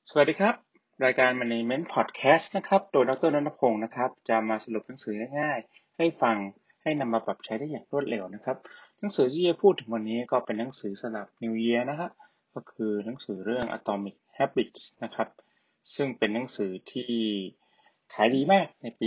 สวัสดีครับรายการ Management Podcast นะครับโดยดรณนพงศ์นะครับจะมาสรุปหนังสือง่ายๆให้ฟังให้นำมาปรับใช้ได้อย่างรวดเร็วนะครับหนังสือที่จะพูดถึงวันนี้ก็เป็นหนังสือสำหรับ New Year นะฮะก็คือหนังสือเรื่อง Atomic Habits นะครับซึ่งเป็นหนังสือที่ขายดีมากในปี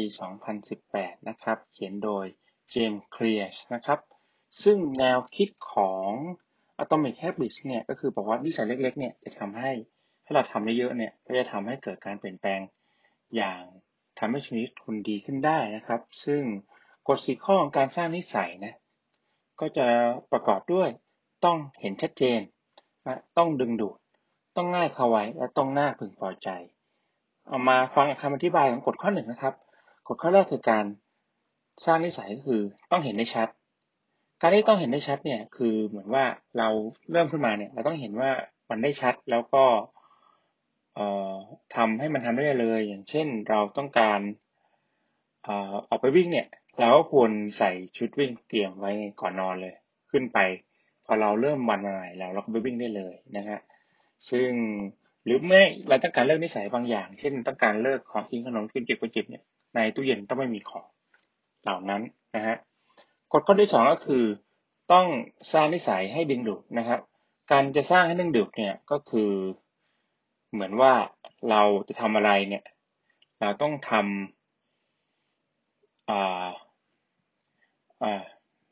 2018 นะครับเขียนโดยเจมส์เคลียร์ชนะครับซึ่งแนวคิดของ Atomic Habits เนี่ยก็คือบอกว่านิสัยเล็กๆเนี่ยจะทำให้ถ้าเราทำได้เยอะเนี่ยก็จะทำให้เกิดการเปลี่ยนแปลงอย่างทำให้ชีวิตคุณดีขึ้นได้นะครับซึ่งกฎ4ข้อของการสร้างนิสัยนะก็จะประกอบด้วยต้องเห็นชัดเจนนะต้องดึงดูดต้องง่ายเข้าไว้และต้องน่าพึงพอใจเอามาฟังคำอธิบายของกฎข้อหนึ่งนะครับกฎข้อแรกคือการสร้างนิสัยก็คือต้องเห็นได้ชัดการที่ต้องเห็นได้ชัดเนี่ยคือเหมือนว่าเราเริ่มขึ้นมาเนี่ยเราต้องเห็นว่ามันได้ชัดแล้วก็ เอ่อทำให้มันทำได้เลยอย่างเช่นเราต้องการออกไปวิ่งเนี่ยเราก็ควรใส่ชุดวิ่งเตรียมไว้ก่อนนอนเลยขึ้นไปพอเราเริ่มวันใหม่แล้วเราก็ไปวิ่งได้เลยนะฮะซึ่งหรือไม่เราต้องการเลิกนิสัยบางอย่างเช่นต้องการเลิกของกินขนมกินจิบกระจิบเนี่ยในตู้เย็นต้องไม่มีของเหล่านั้นนะฮะกฎข้อที่สองก็คือต้องสร้างนิสัยให้ดึงดูดนะครับการจะสร้างให้ดึงดูดเนี่ยก็คือ เหมือนว่าเราจะทำอะไรเนี่ยเราต้องทำอ่า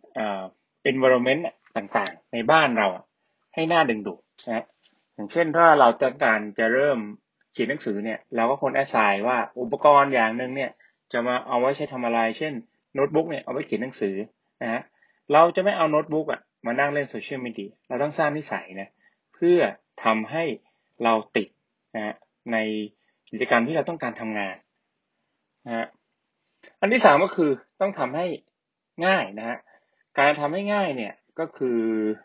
environment ต่างๆในบ้านเราให้น่าดึงดูดนะอย่างเช่นถ้าเราต้องการจะเริ่มเขียนหนังสือเนี่ยเราก็ควรแอสไซน์ว่าอุปกรณ์อย่างหนึ่งเนี่ยจะมาเอาไว้ใช้ทำอะไรเช่นโน้ตบุ๊กเนี่ยเอาไว้เขียนหนังสือนะฮะเราจะไม่เอาโน้ตบุ๊กมานั่งเล่นโซเชียลมีเดียเราต้องสร้างนิสัยนะเพื่อทำให้เราติดนะฮะในกิจกรรมที่เราต้องการทำงานนะฮะอันที่สามก็คือต้องทำให้ง่ายนะฮะการทำให้ง่ายเนี่ยก็คือ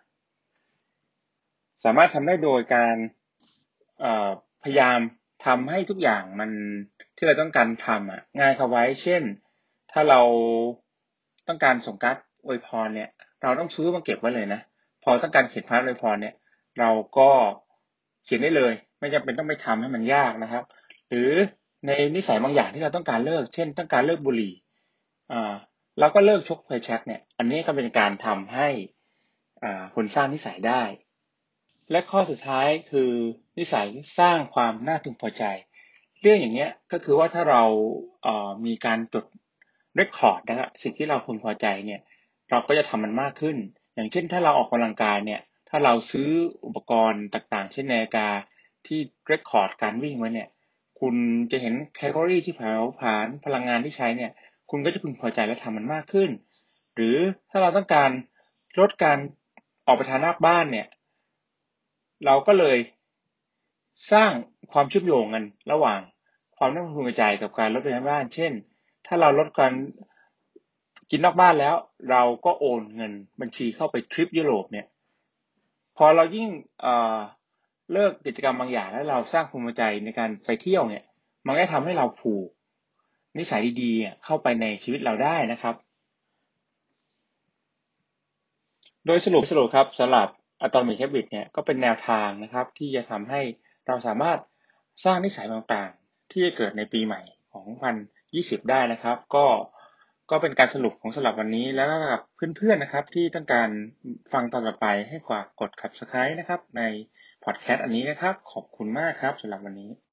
สามารถทำได้โดยการพยายามทำให้ทุกอย่างมันที่เราต้องการทำง่ายเข้าไว้เช่นถ้าเราต้องการส่งการ์ดอวยพรเนี่ยเราต้องซื้อมาเก็บไว้เลยนะพอต้องการเขียนการ์ดอวยพรเนี่ยเราก็เขียนได้เลยไม่จำเป็นต้องไปทำให้มันยากนะครับหรือในนิสัยบางอย่างที่เราต้องการเลิกเช่นต้องการเลิกบุหรี่เราก็เลิกชกไฟแช็กเนี่ยอันนี้ก็เป็นการทำให้คนสร้างนิสัยได้ และข้อสุดท้ายคือนิสัยสร้างความน่าพึงพอใจเรื่องอย่างเงี้ยก็คือว่าถ้าเรามีการจดเรคคอร์ดนะครับสิ่งที่เราพึงพอใจเนี่ยเราก็จะทำมันมากขึ้นอย่างเช่นถ้าเราออกกำลังกายเนี่ยถ้าเราซื้ออุปกรณ์ต่างๆเช่นนาฬิกาที่เรคคอร์ดการวิ่งไว้เนี่ยคุณจะเห็นแคลอรี่ที่เผาผลาญพลังงานที่ใช้เนี่ยคุณก็จะพึงพอใจและทำมันมากขึ้นหรือถ้าเราต้องการลดการออกไปทางนอกบ้านเนี่ย เราก็เลยสร้างความเชื่อมโยงกันระหว่างความน่าพึงพอใจกับการลดเดินบ้านเช่นถ้าเราลดการกินนอกบ้านแล้วเราก็โอนเงินบัญชีเข้าไปทริปยุโรปเนี่ยพอเรายิ่งเลิกกิจกรรมบางอย่างแล้วเราสร้างความพอใจในการไปเที่ยวเนี่ยมันก็ทำให้เราผูกนิสัยดีๆเข้าไปในชีวิตเราได้นะครับ โดยสรุปครับสำหรับ Atomic Habit เนี่ยก็เป็นแนวทางนะครับที่จะทำให้เราสามารถสร้างนิสัยต่างๆที่จะเกิดในปีใหม่ของ2020ได้นะครับก็เป็นการสรุปของสำหรับวันนี้แล้วก็กับเพื่อนๆนะครับที่ต้องการฟังตอนต่อไปให้ฝากกด Subscribe นะครับในพอดแคสต์อันนี้นะครับขอบคุณมากครับสำหรับวันนี้